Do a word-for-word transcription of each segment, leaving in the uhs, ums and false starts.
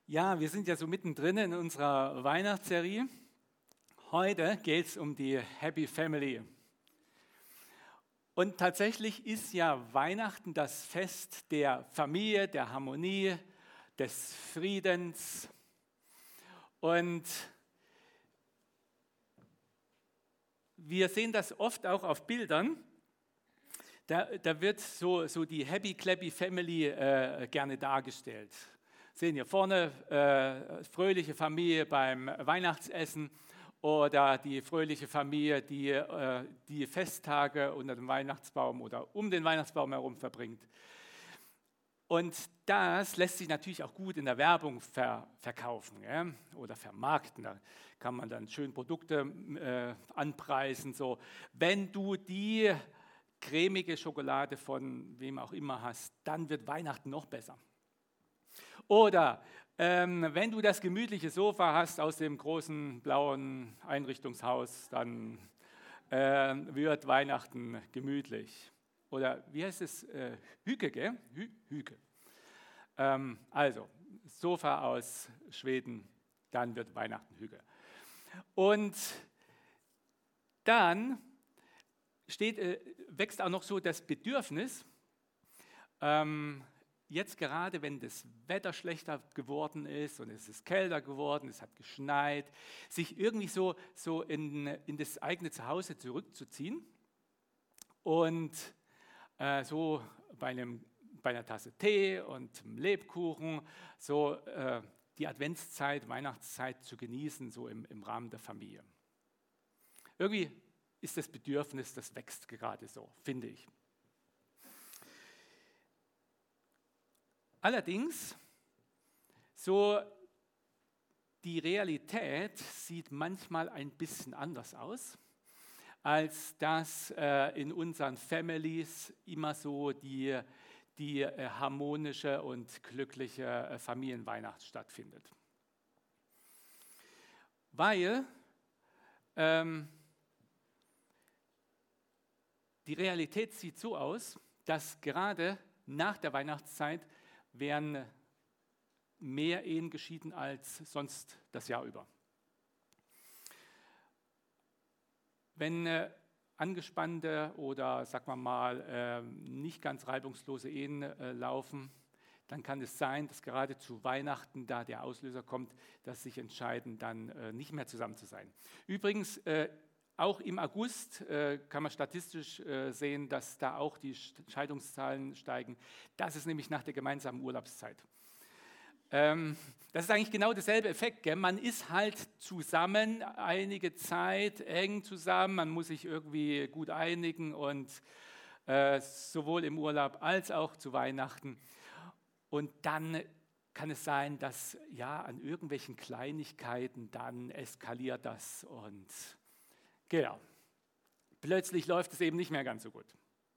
Ja, wir sind ja so mittendrin in unserer Weihnachtsserie. Heute geht es um die Happy Family. Und tatsächlich ist ja Weihnachten das Fest der Familie, der Harmonie, des Friedens. Und wir sehen das oft auch auf Bildern. Da, da wird so, so die Happy Clappy Family äh, gerne dargestellt. Sehen hier vorne äh, fröhliche Familie beim Weihnachtsessen oder die fröhliche Familie, die äh, die Festtage unter dem Weihnachtsbaum oder um den Weihnachtsbaum herum verbringt. Und das lässt sich natürlich auch gut in der Werbung ver- verkaufen ja? oder vermarkten. Da kann man dann schön Produkte äh, anpreisen. So. Wenn du die cremige Schokolade von wem auch immer hast, dann wird Weihnachten noch besser. Oder ähm, wenn du das gemütliche Sofa hast aus dem großen blauen Einrichtungshaus, dann äh, wird Weihnachten gemütlich. Oder wie heißt es? Äh, Hüke, gell? Hü Hüke. Ähm, also, Sofa aus Schweden, dann wird Weihnachten Hüke. Und dann steht, äh, wächst auch noch so das Bedürfnis, ähm, jetzt gerade, wenn das Wetter schlechter geworden ist und es ist kälter geworden, es hat geschneit, sich irgendwie so, so in, in das eigene Zuhause zurückzuziehen und äh, so bei, einem, bei einer Tasse Tee und einem Lebkuchen so äh, die Adventszeit, Weihnachtszeit zu genießen, so im, im Rahmen der Familie. Irgendwie ist das Bedürfnis, das wächst gerade so, finde ich. Allerdings, so die Realität sieht manchmal ein bisschen anders aus, als dass äh, in unseren Families immer so die, die äh, harmonische und glückliche äh, Familienweihnacht stattfindet. Weil ähm, die Realität sieht so aus, dass gerade nach der Weihnachtszeit werden mehr Ehen geschieden als sonst das Jahr über. Wenn äh, angespannte oder, sagen wir mal, äh, nicht ganz reibungslose Ehen äh, laufen, dann kann es sein, dass gerade zu Weihnachten da der Auslöser kommt, dass sie sich entscheiden, dann äh, nicht mehr zusammen zu sein. Übrigens, äh, auch im August äh, kann man statistisch äh, sehen, dass da auch die Scheidungszahlen steigen. Das ist nämlich nach der gemeinsamen Urlaubszeit. Ähm, das ist eigentlich genau derselbe Effekt. Gell? Man ist halt zusammen einige Zeit, eng zusammen, man muss sich irgendwie gut einigen und äh, sowohl im Urlaub als auch zu Weihnachten. Und dann kann es sein, dass ja an irgendwelchen Kleinigkeiten dann eskaliert das und genau. Plötzlich läuft es eben nicht mehr ganz so gut.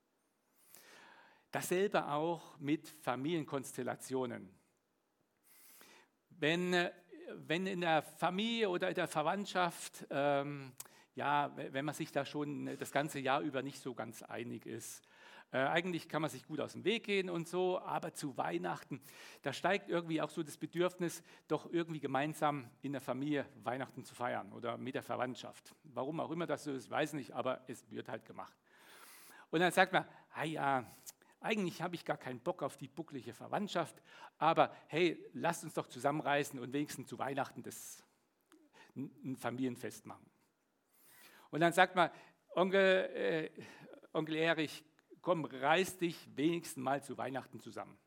Dasselbe auch mit Familienkonstellationen. Wenn, wenn in der Familie oder in der Verwandtschaft, ähm, ja, wenn man sich da schon das ganze Jahr über nicht so ganz einig ist, äh, eigentlich kann man sich gut aus dem Weg gehen und so, aber zu Weihnachten, da steigt irgendwie auch so das Bedürfnis, doch irgendwie gemeinsam in der Familie Weihnachten zu feiern oder mit der Verwandtschaft. Warum auch immer das so ist, weiß nicht, aber es wird halt gemacht. Und dann sagt man, ah ja, eigentlich habe ich gar keinen Bock auf die bucklige Verwandtschaft, aber hey, lasst uns doch zusammenreißen und wenigstens zu Weihnachten das ein Familienfest machen. Und dann sagt man, Onkel, äh, Onkel Erich, komm, reiß dich wenigstens mal zu Weihnachten zusammen.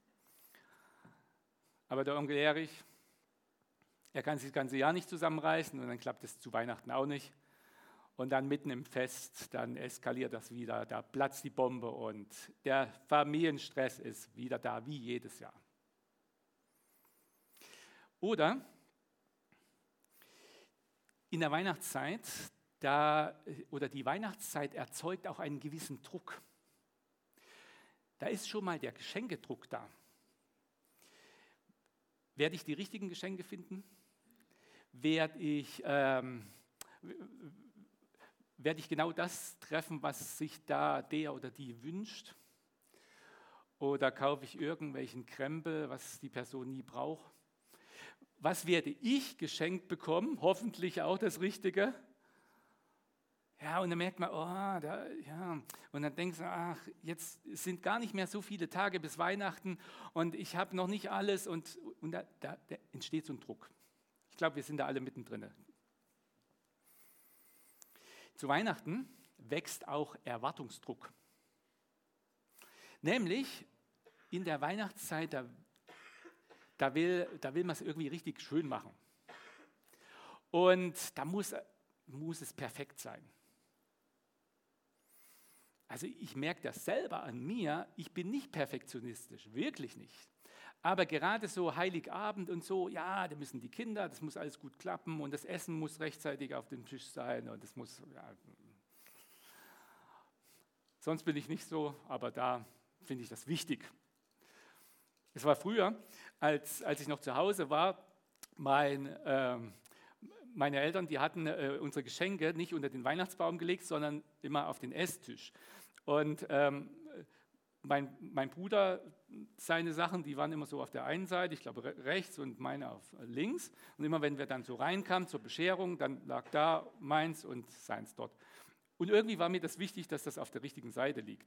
Aber der Onkel Erich, er kann sich das ganze Jahr nicht zusammenreißen und dann klappt es zu Weihnachten auch nicht. Und dann mitten im Fest, dann eskaliert das wieder, da platzt die Bombe und der Familienstress ist wieder da, wie jedes Jahr. Oder in der Weihnachtszeit, da, oder die Weihnachtszeit erzeugt auch einen gewissen Druck. Da ist schon mal der Geschenkedruck da. Werde ich die richtigen Geschenke finden? Werde ich... Ähm, Werde ich genau das treffen, was sich da der oder die wünscht? Oder kaufe ich irgendwelchen Krempel, was die Person nie braucht? was werde ich geschenkt bekommen? Hoffentlich auch das Richtige. Ja, und dann merkt man, oh, da, ja, und dann denkst du, ach, jetzt sind gar nicht mehr so viele Tage bis Weihnachten und ich habe noch nicht alles und, und da, da, da entsteht so ein Druck. Ich glaube, wir sind da alle mittendrin. Zu Weihnachten wächst auch Erwartungsdruck. Nämlich in der Weihnachtszeit, da, da will, da will man es irgendwie richtig schön machen. Und da muss, muss es perfekt sein. Also ich merke das selber an mir, ich bin nicht perfektionistisch, wirklich nicht. Aber gerade so Heiligabend und so, ja, da müssen die Kinder, das muss alles gut klappen und das Essen muss rechtzeitig auf dem Tisch sein und das muss, ja. Sonst bin ich nicht so, aber da finde ich das wichtig. Es war früher, als, als ich noch zu Hause war, mein, ähm, meine Eltern, die hatten äh, unsere Geschenke nicht unter den Weihnachtsbaum gelegt, sondern immer auf den Esstisch. Und ähm, mein, mein Bruder, seine Sachen, die waren immer so auf der einen Seite, ich glaube re- rechts und meine auf links. Und immer wenn wir dann so reinkamen zur Bescherung, dann lag da meins und seins dort. Und irgendwie war mir das wichtig, dass das auf der richtigen Seite liegt.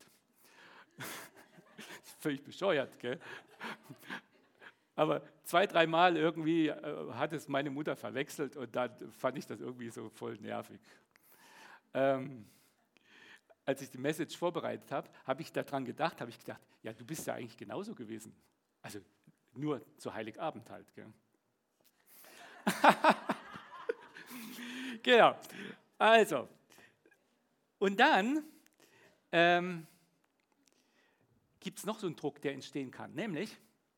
Völlig bescheuert, gell? Aber zwei, dreimal irgendwie äh, hat es meine Mutter verwechselt und dann fand ich das irgendwie so voll nervig. Ähm, als ich die Message vorbereitet habe, habe ich daran gedacht, habe ich gedacht, ja, du bist ja eigentlich genauso gewesen. Also nur zu Heiligabend halt, gell? Genau. Also, und dann ähm, gibt es noch so einen Druck, der entstehen kann, nämlich,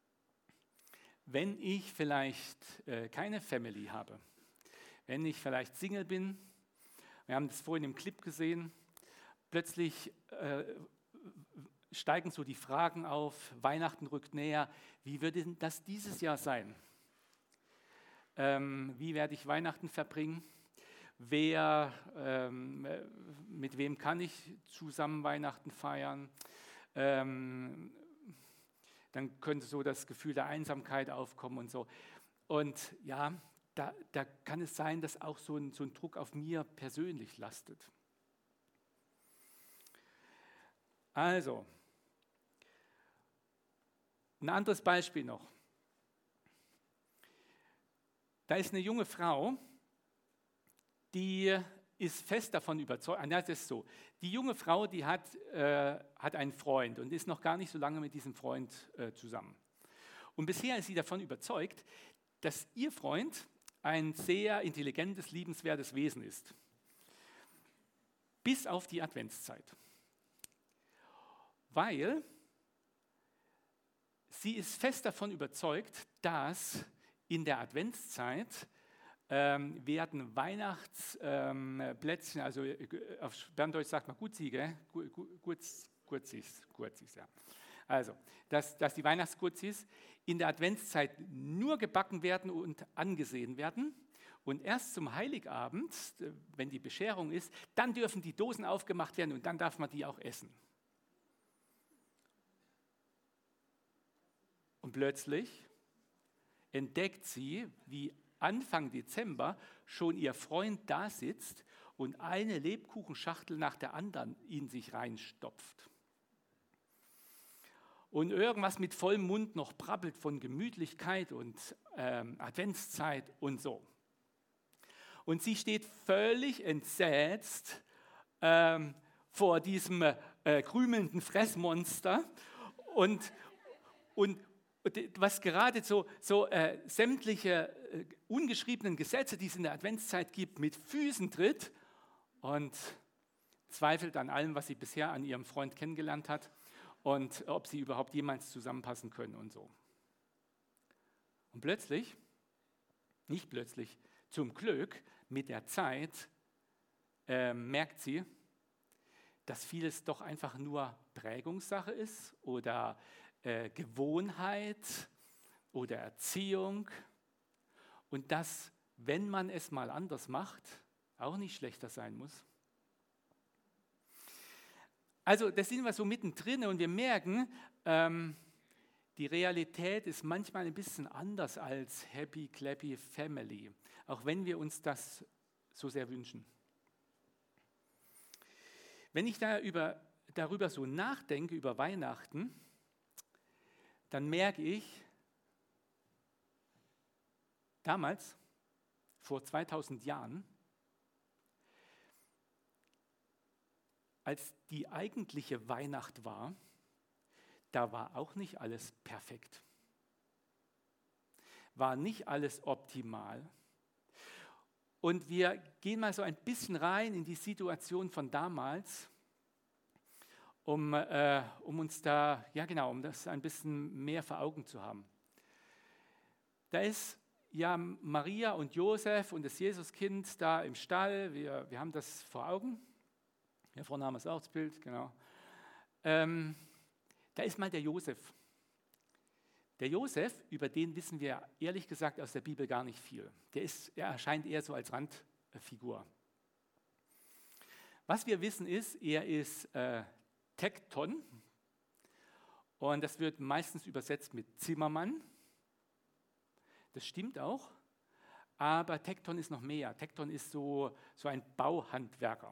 wenn ich vielleicht äh, keine Family habe, wenn ich vielleicht Single bin, wir haben das vorhin im Clip gesehen, plötzlich äh, steigen so die Fragen auf, Weihnachten rückt näher, wie wird denn das dieses Jahr sein? Ähm, wie werde ich Weihnachten verbringen? Wer, ähm, mit wem kann ich zusammen Weihnachten feiern? Ähm, dann könnte so das Gefühl der Einsamkeit aufkommen und so. Und ja, da, da kann es sein, dass auch so ein, so ein Druck auf mir persönlich lastet. Also, ein anderes Beispiel noch. Da ist eine junge Frau, die ist fest davon überzeugt, nein, das ist so, die junge Frau, die hat, äh, hat einen Freund und ist noch gar nicht so lange mit diesem Freund äh, zusammen. Und bisher ist sie davon überzeugt, dass ihr Freund ein sehr intelligentes, liebenswertes Wesen ist. Bis auf die Adventszeit. Weil sie ist fest davon überzeugt, dass in der Adventszeit ähm, werden Weihnachtsplätzchen, ähm, also auf Berndeutsch sagt man Gutzi, gell? Gutzis, Gutzis, Gutzis, ja. Also, dass, dass die Weihnachtsgutzis in der Adventszeit nur gebacken werden und angesehen werden. Und erst zum Heiligabend, wenn die Bescherung ist, dann dürfen die Dosen aufgemacht werden und dann darf man die auch essen. Und plötzlich entdeckt sie, wie Anfang Dezember schon ihr Freund da sitzt und eine Lebkuchenschachtel nach der anderen in sich reinstopft. Und irgendwas mit vollem Mund noch brabbelt von Gemütlichkeit und ähm, Adventszeit und so. Und sie steht völlig entsetzt ähm, vor diesem äh, krümelnden Fressmonster und, und was gerade so, so äh, sämtliche äh, ungeschriebenen Gesetze, die es in der Adventszeit gibt, mit Füßen tritt und zweifelt an allem, was sie bisher an ihrem Freund kennengelernt hat und ob sie überhaupt jemals zusammenpassen können und so. Und plötzlich, nicht plötzlich, zum Glück, mit der Zeit äh, merkt sie, dass vieles doch einfach nur Prägungssache ist oder äh, Gewohnheit oder Erziehung und dass, wenn man es mal anders macht, auch nicht schlechter sein muss. Also da sind wir so mittendrin und wir merken, ähm, die Realität ist manchmal ein bisschen anders als Happy Clappy Family, auch wenn wir uns das so sehr wünschen. Wenn ich da über, darüber so nachdenke, über Weihnachten, dann merke ich, damals, vor zweitausend Jahren, als die eigentliche Weihnacht war, da war auch nicht alles perfekt. War nicht alles optimal. Und wir gehen mal so ein bisschen rein in die Situation von damals, um, äh, um uns da, ja genau, um das ein bisschen mehr vor Augen zu haben. Da ist ja Maria und Josef und das Jesuskind da im Stall, wir, wir haben das vor Augen. Hier vorne haben wir das auch, das Bild, genau. Ähm, da ist mal der Josef. Der Josef, über den wissen wir ehrlich gesagt aus der Bibel gar nicht viel. Der, ist, er erscheint eher so als Randfigur. Was wir wissen ist, er ist äh, Tekton und das wird meistens übersetzt mit Zimmermann. Das stimmt auch, aber Tekton ist noch mehr. Tekton ist so, so ein Bauhandwerker.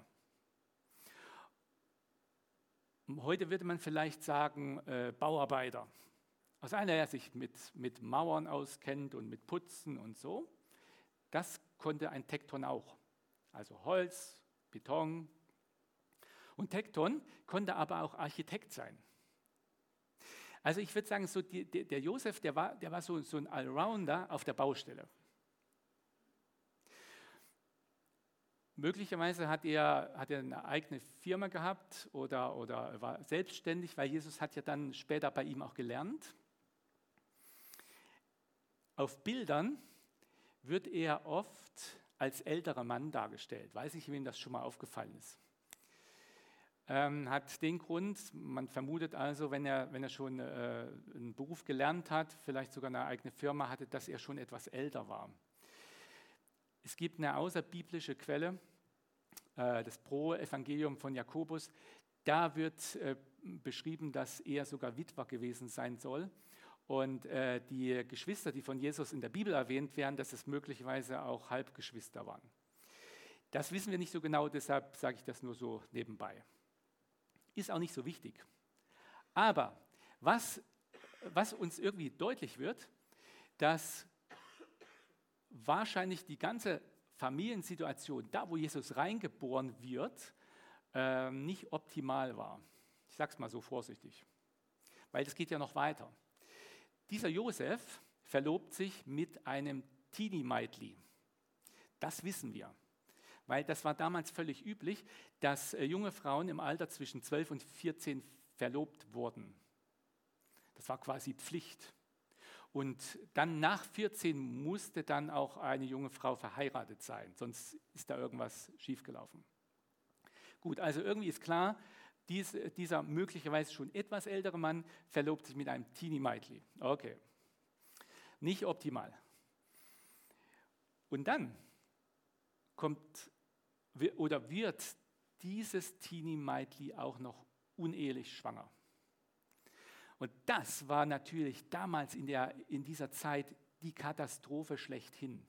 Heute würde man vielleicht sagen äh, Bauarbeiter. Aus einer, der sich mit, mit Mauern auskennt und mit Putzen und so. Das konnte ein Tekton auch. Also Holz, Beton. Und Tekton konnte aber auch Architekt sein. Also ich würde sagen, so die, der, der Josef, der war, der war so, so ein Allrounder auf der Baustelle. Möglicherweise hat er, hat er eine eigene Firma gehabt oder, oder war selbstständig, weil Jesus hat ja dann später bei ihm auch gelernt. Auf Bildern wird er oft als älterer Mann dargestellt. Weiß ich, wem das schon mal aufgefallen ist. Ähm, hat den Grund, man vermutet also, wenn er, wenn er schon äh, einen Beruf gelernt hat, vielleicht sogar eine eigene Firma hatte, dass er schon etwas älter war. Es gibt eine außerbiblische Quelle, äh, das Pro-Evangelium von Jakobus. Da wird äh, beschrieben, dass er sogar Witwer gewesen sein soll. Und äh, die Geschwister, die von Jesus in der Bibel erwähnt werden, dass es möglicherweise auch Halbgeschwister waren. Das wissen wir nicht so genau, deshalb sage ich das nur so nebenbei. Ist auch nicht so wichtig. Aber was, was uns irgendwie deutlich wird, dass wahrscheinlich die ganze Familiensituation, da wo Jesus reingeboren wird, äh, nicht optimal war. Ich sage es mal so vorsichtig, weil es geht ja noch weiter. Dieser Josef verlobt sich mit einem Teenie-Meitli. Das wissen wir, weil das war damals völlig üblich, dass äh, junge Frauen im Alter zwischen zwölf und vierzehn verlobt wurden. Das war quasi Pflicht. Und dann nach vierzehn musste dann auch eine junge Frau verheiratet sein, sonst ist da irgendwas schiefgelaufen. Gut, also irgendwie ist klar, dies, dieser möglicherweise schon etwas ältere Mann verlobt sich mit einem Teenie-Meitli. Okay, nicht optimal. Und dann kommt oder wird dieses Teenie-Meitli auch noch unehelich schwanger. Und das war natürlich damals in, der, in dieser Zeit die Katastrophe schlechthin.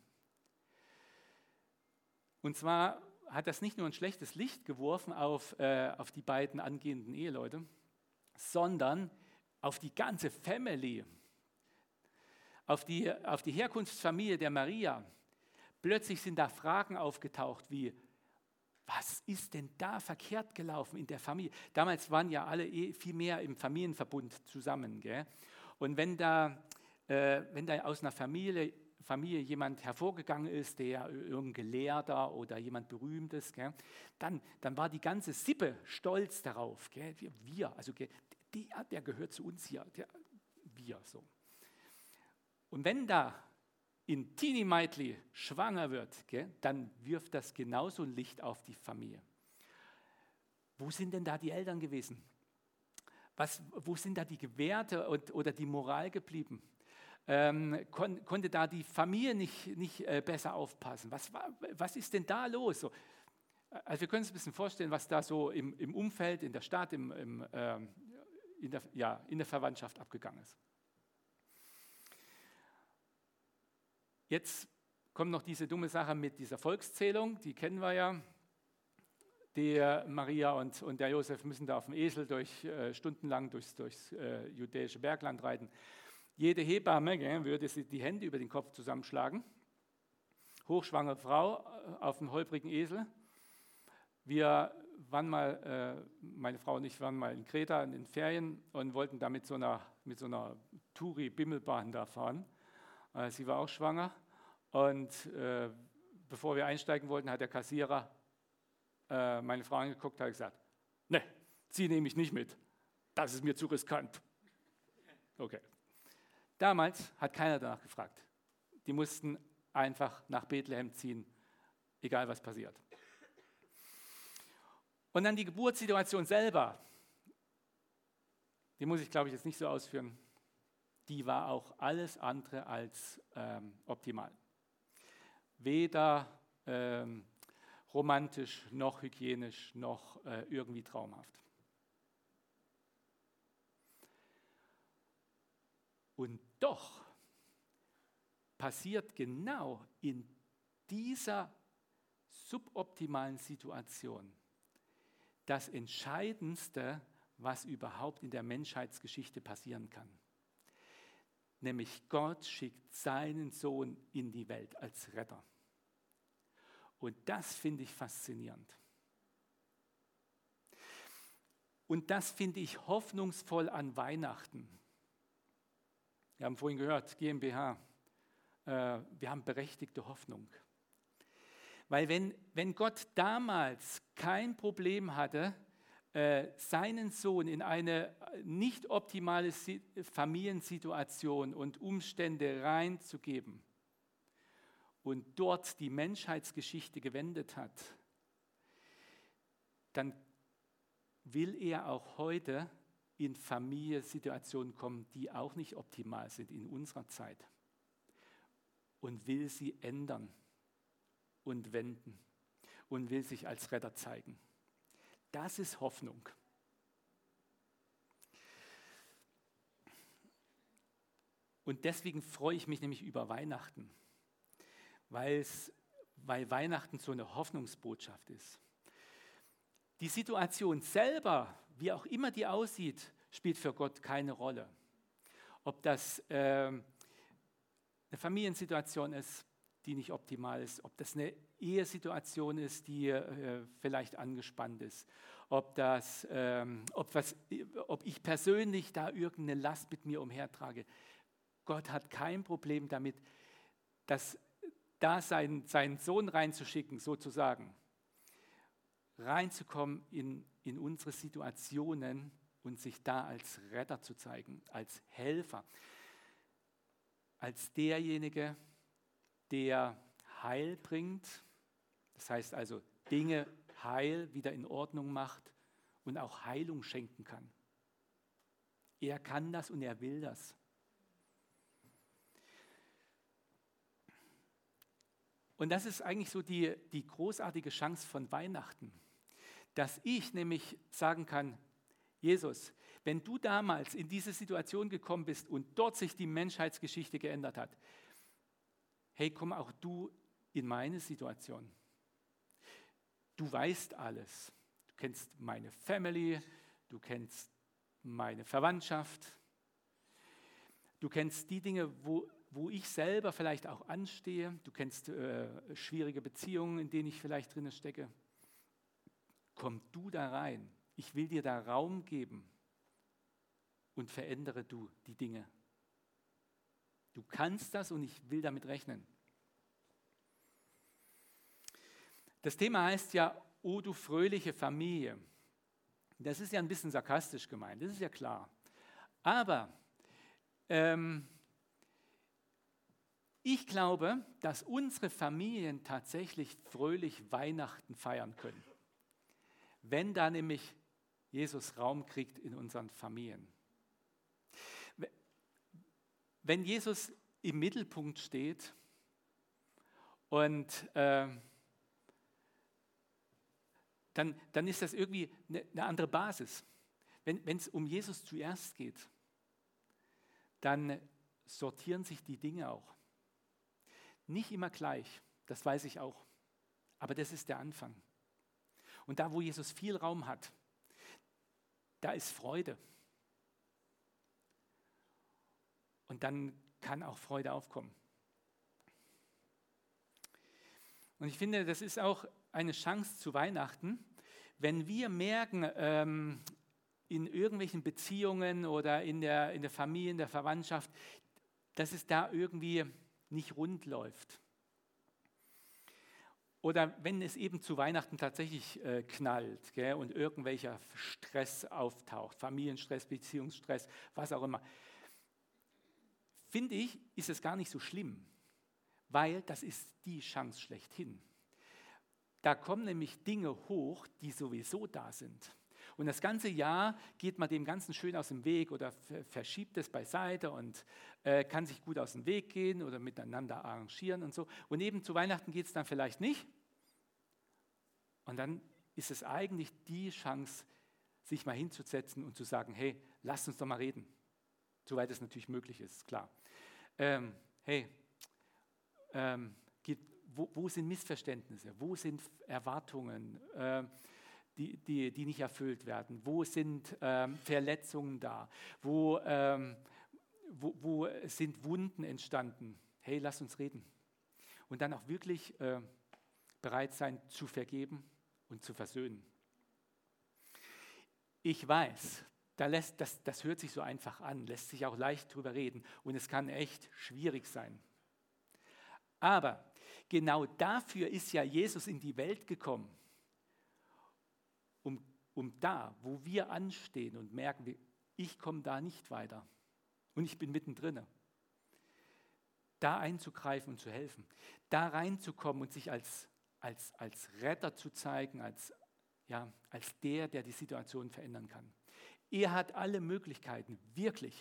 Und zwar hat das nicht nur ein schlechtes Licht geworfen auf, äh, auf die beiden angehenden Eheleute, sondern auf die ganze Family, auf die, auf die Herkunftsfamilie der Maria. Plötzlich sind da Fragen aufgetaucht wie, was ist denn da verkehrt gelaufen in der Familie? Damals waren ja alle eh viel mehr im Familienverbund zusammen. Gell? Und wenn da, äh, wenn da aus einer Familie, Familie jemand hervorgegangen ist, der irgendein Gelehrter oder jemand Berühmtes, gell? Dann, dann war die ganze Sippe stolz darauf. Gell? Wir, also gell? Der, der gehört zu uns hier, der, wir so. Und wenn da in Teenie-Meitli schwanger wird, gell, dann wirft das genauso ein Licht auf die Familie. Wo sind denn da die Eltern gewesen? Was, wo sind da die Werte und, oder die Moral geblieben? Ähm, kon, konnte da die Familie nicht, nicht äh, besser aufpassen? Was, war, was ist denn da los? So, also wir können uns ein bisschen vorstellen, was da so im, im Umfeld, in der Stadt, im, im, ähm, in, der, ja, in der Verwandtschaft abgegangen ist. Jetzt kommt noch diese dumme Sache mit dieser Volkszählung, die kennen wir ja. Die Maria und, und der Josef müssen da auf dem Esel durch, äh, stundenlang durchs, durchs äh, judäische Bergland reiten. Jede Hebamme gell, würde sie die Hände über den Kopf zusammenschlagen. Hochschwangere Frau auf einem holprigen Esel. Wir waren mal, äh, meine Frau und ich waren mal in Kreta in den Ferien und wollten da mit so einer, mit so einer Touri-Bimmelbahn da fahren. Äh, sie war auch schwanger und äh, bevor wir einsteigen wollten, hat der Kassierer äh, meine Frau angeguckt und hat gesagt, ne, sie nehme ich nicht mit, das ist mir zu riskant. Okay. Damals hat keiner danach gefragt. Die mussten einfach nach Bethlehem ziehen, egal was passiert. Und dann die Geburtssituation selber, die muss ich, glaube ich, jetzt nicht so ausführen, die war auch alles andere als ähm, optimal. Weder ähm, romantisch, noch hygienisch, noch äh, irgendwie traumhaft. Und doch passiert genau in dieser suboptimalen Situation das Entscheidendste, was überhaupt in der Menschheitsgeschichte passieren kann. Nämlich Gott schickt seinen Sohn in die Welt als Retter. Und das finde ich faszinierend. Und das finde ich hoffnungsvoll an Weihnachten. Wir haben vorhin gehört, GmbH, äh, wir haben berechtigte Hoffnung. Weil wenn, wenn Gott damals kein Problem hatte, äh, seinen Sohn in eine nicht optimale Si- Familiensituation und Umstände reinzugeben und dort die Menschheitsgeschichte gewendet hat, dann will er auch heute in Familiensituationen kommen, die auch nicht optimal sind in unserer Zeit und will sie ändern und wenden und will sich als Retter zeigen. Das ist Hoffnung. Und deswegen freue ich mich nämlich über Weihnachten, weil's, weil Weihnachten so eine Hoffnungsbotschaft ist. Die Situation selber, wie auch immer die aussieht, spielt für Gott keine Rolle. Ob das äh, eine Familiensituation ist, die nicht optimal ist, ob das eine Ehesituation ist, die äh, vielleicht angespannt ist, ob, das, ähm, ob, was, ob ich persönlich da irgendeine Last mit mir umhertrage. Gott hat kein Problem damit, das, da seinen, seinen Sohn reinzuschicken, sozusagen, reinzukommen in, in unsere Situationen und sich da als Retter zu zeigen, als Helfer, als derjenige, der Heil bringt, das heißt also Dinge heil wieder in Ordnung macht und auch Heilung schenken kann. Er kann das und er will das. Und das ist eigentlich so die, die großartige Chance von Weihnachten, dass ich nämlich sagen kann, Jesus, wenn du damals in diese Situation gekommen bist und dort sich die Menschheitsgeschichte geändert hat, hey, komm auch du in meine Situation. Du weißt alles. Du kennst meine Family, du kennst meine Verwandtschaft, du kennst die Dinge, wo, wo ich selber vielleicht auch anstehe, du kennst äh, schwierige Beziehungen, in denen ich vielleicht drin stecke. Komm du da rein. Ich will dir da Raum geben und verändere du die Dinge. Du kannst das und ich will damit rechnen. Das Thema heißt ja, oh du fröhliche Familie. Das ist ja ein bisschen sarkastisch gemeint, das ist ja klar. Aber ähm, ich glaube, dass unsere Familien tatsächlich fröhlich Weihnachten feiern können, wenn da nämlich Jesus Raum kriegt in unseren Familien. Wenn Jesus im Mittelpunkt steht und äh, dann, dann ist das irgendwie eine, eine andere Basis. Wenn es um Jesus zuerst geht, dann sortieren sich die Dinge auch. Nicht immer gleich, das weiß ich auch. Aber das ist der Anfang. Und da, wo Jesus viel Raum hat, da ist Freude. Und dann kann auch Freude aufkommen. Und ich finde, das ist auch eine Chance zu Weihnachten, wenn wir merken, ähm, in irgendwelchen Beziehungen oder in der, in der Familie, in der Verwandtschaft, dass es da irgendwie nicht rund läuft. Oder wenn es eben zu Weihnachten tatsächlich äh, knallt, gell, und irgendwelcher Stress auftaucht, Familienstress, Beziehungsstress, was auch immer, finde ich, ist es gar nicht so schlimm, weil das ist die Chance schlechthin. Da kommen nämlich Dinge hoch, die sowieso da sind. Und das ganze Jahr geht man dem Ganzen schön aus dem Weg oder verschiebt es beiseite und äh, kann sich gut aus dem Weg gehen oder miteinander arrangieren und so. Und eben zu Weihnachten geht es dann vielleicht nicht. Und dann ist es eigentlich die Chance, sich mal hinzusetzen und zu sagen, hey, lasst uns doch mal reden. Soweit es natürlich möglich ist, klar. Ähm, hey, ähm, geht, wo, wo sind Missverständnisse? Wo sind Erwartungen? Ähm, Die, die, die nicht erfüllt werden? Wo sind ähm, Verletzungen da? Wo, ähm, wo, wo sind Wunden entstanden? Hey, lass uns reden. Und dann auch wirklich äh, bereit sein zu vergeben und zu versöhnen. Ich weiß, da lässt, das, das hört sich so einfach an, lässt sich auch leicht drüber reden und es kann echt schwierig sein. Aber genau dafür ist ja Jesus in die Welt gekommen. Um, um da, wo wir anstehen und merken, ich komme da nicht weiter und ich bin mittendrin, da einzugreifen und zu helfen, da reinzukommen und sich als, als, als Retter zu zeigen, als, ja, als der, der die Situation verändern kann. Er hat alle Möglichkeiten, wirklich.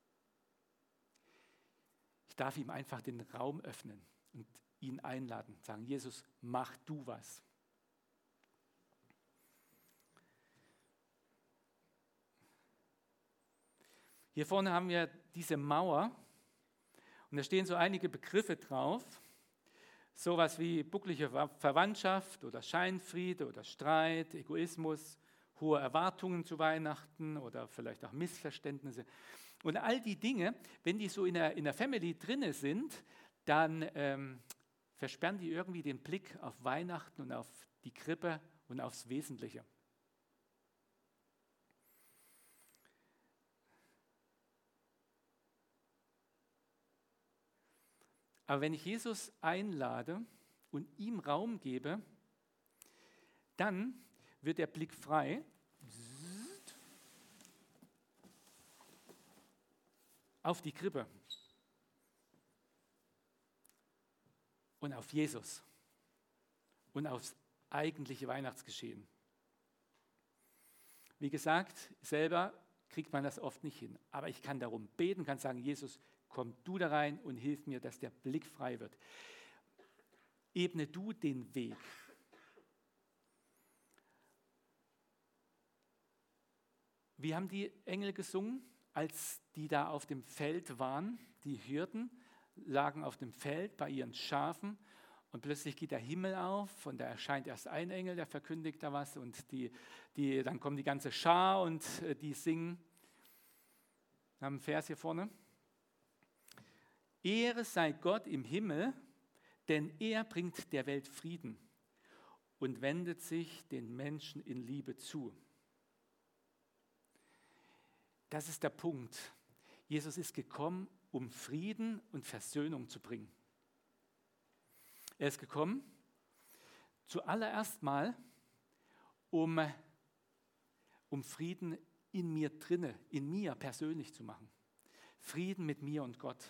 Ich darf ihm einfach den Raum öffnen und ihn einladen, sagen, Jesus, mach du was. Hier vorne haben wir diese Mauer und da stehen so einige Begriffe drauf, sowas wie bucklige Verwandtschaft oder Scheinfriede oder Streit, Egoismus, hohe Erwartungen zu Weihnachten oder vielleicht auch Missverständnisse. Und all die Dinge, wenn die so in der, in der Family drinne sind, dann ähm, versperren die irgendwie den Blick auf Weihnachten und auf die Krippe und aufs Wesentliche. Aber wenn ich Jesus einlade und ihm Raum gebe, dann wird der Blick frei auf die Krippe und auf Jesus und aufs eigentliche Weihnachtsgeschehen. Wie gesagt, selber kriegt man das oft nicht hin, aber ich kann darum beten, kann sagen, Jesus, komm du da rein und hilf mir, dass der Blick frei wird. Ebne du den Weg. Wie haben die Engel gesungen, als die da auf dem Feld waren? Die Hirten lagen auf dem Feld bei ihren Schafen und plötzlich geht der Himmel auf und da erscheint erst ein Engel, der verkündigt da was und die, die, dann kommt die ganze Schar und äh, die singen. Wir haben einen Vers hier vorne. Ehre sei Gott im Himmel, denn er bringt der Welt Frieden und wendet sich den Menschen in Liebe zu. Das ist der Punkt. Jesus ist gekommen, um Frieden und Versöhnung zu bringen. Er ist gekommen, zuallererst mal, um, um Frieden in mir drinne, in mir persönlich zu machen. Frieden mit mir und Gott.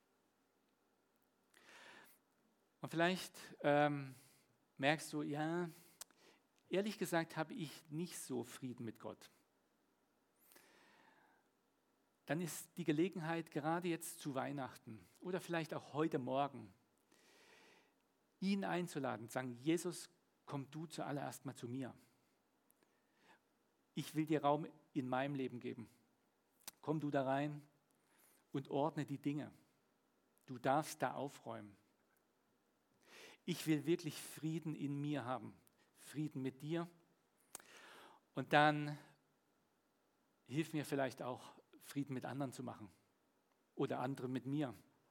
Und vielleicht ähm, merkst du, ja, ehrlich gesagt habe ich nicht so Frieden mit Gott. Dann ist die Gelegenheit, gerade jetzt zu Weihnachten oder vielleicht auch heute Morgen, ihn einzuladen, zu sagen, Jesus, komm du zuallererst mal zu mir. Ich will dir Raum in meinem Leben geben. Komm du da rein und ordne die Dinge. Du darfst da aufräumen. Ich will wirklich Frieden in mir haben, Frieden mit dir. Und dann hilf mir vielleicht auch, Frieden mit anderen zu machen oder andere mit mir.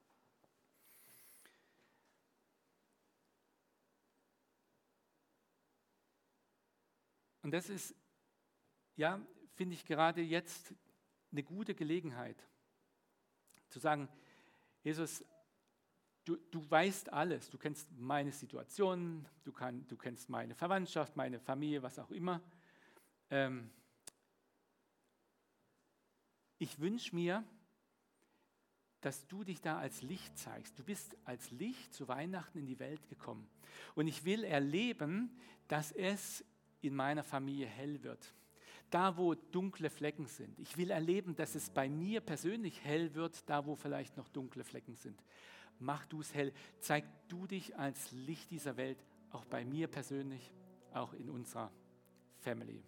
Und das ist, ja, finde ich gerade jetzt eine gute Gelegenheit, zu sagen, Jesus, du, du weißt alles, du kennst meine Situation, du, kann, du kennst meine Verwandtschaft, meine Familie, was auch immer. Ähm, ich wünsche mir, dass du dich da als Licht zeigst. Du bist als Licht zu Weihnachten in die Welt gekommen. Und ich will erleben, dass es in meiner Familie hell wird. Da, wo dunkle Flecken sind. Ich will erleben, dass es bei mir persönlich hell wird, da, wo vielleicht noch dunkle Flecken sind. Mach du es hell. Zeig du dich als Licht dieser Welt, auch bei mir persönlich, auch in unserer Family.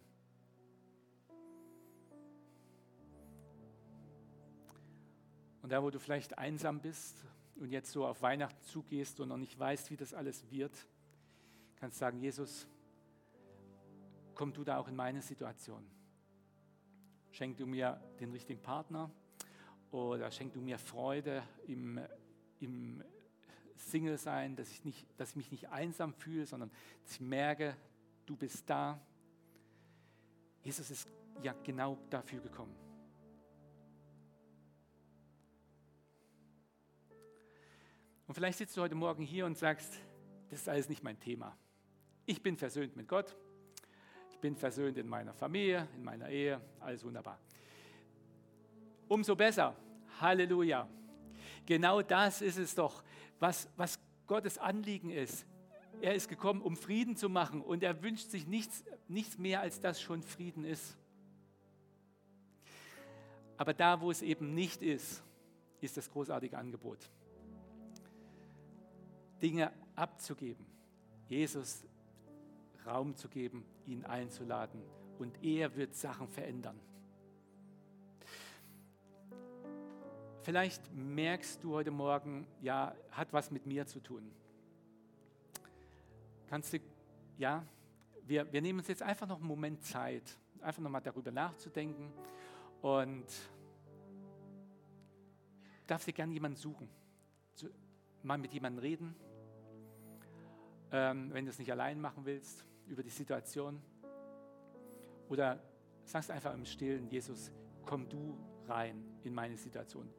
Und da, wo du vielleicht einsam bist und jetzt so auf Weihnachten zugehst und noch nicht weißt, wie das alles wird, kannst du sagen, Jesus, komm du da auch in meine Situation. Schenk du mir den richtigen Partner oder schenk du mir Freude im, im Single-Sein, dass ich, nicht, dass ich mich nicht einsam fühle, sondern dass ich merke, du bist da. Jesus ist ja genau dafür gekommen. Und vielleicht sitzt du heute Morgen hier und sagst, das ist alles nicht mein Thema. Ich bin versöhnt mit Gott. Ich bin versöhnt in meiner Familie, in meiner Ehe, alles wunderbar. Umso besser, Halleluja. Genau das ist es doch, was, was Gottes Anliegen ist. Er ist gekommen, um Frieden zu machen und er wünscht sich nichts, nichts mehr, als dass schon Frieden ist. Aber da, wo es eben nicht ist, ist das großartige Angebot. Dinge abzugeben, Jesus Raum zu geben, ihn einzuladen und er wird Sachen verändern. Vielleicht merkst du heute Morgen, ja, hat was mit mir zu tun. Kannst du, ja, wir, wir nehmen uns jetzt einfach noch einen Moment Zeit, einfach nochmal darüber nachzudenken und darfst dir gerne jemanden suchen, mal mit jemandem reden, ähm, wenn du es nicht allein machen willst, über die Situation. Oder sagst einfach im Stillen, Jesus, komm du rein in meine Situation.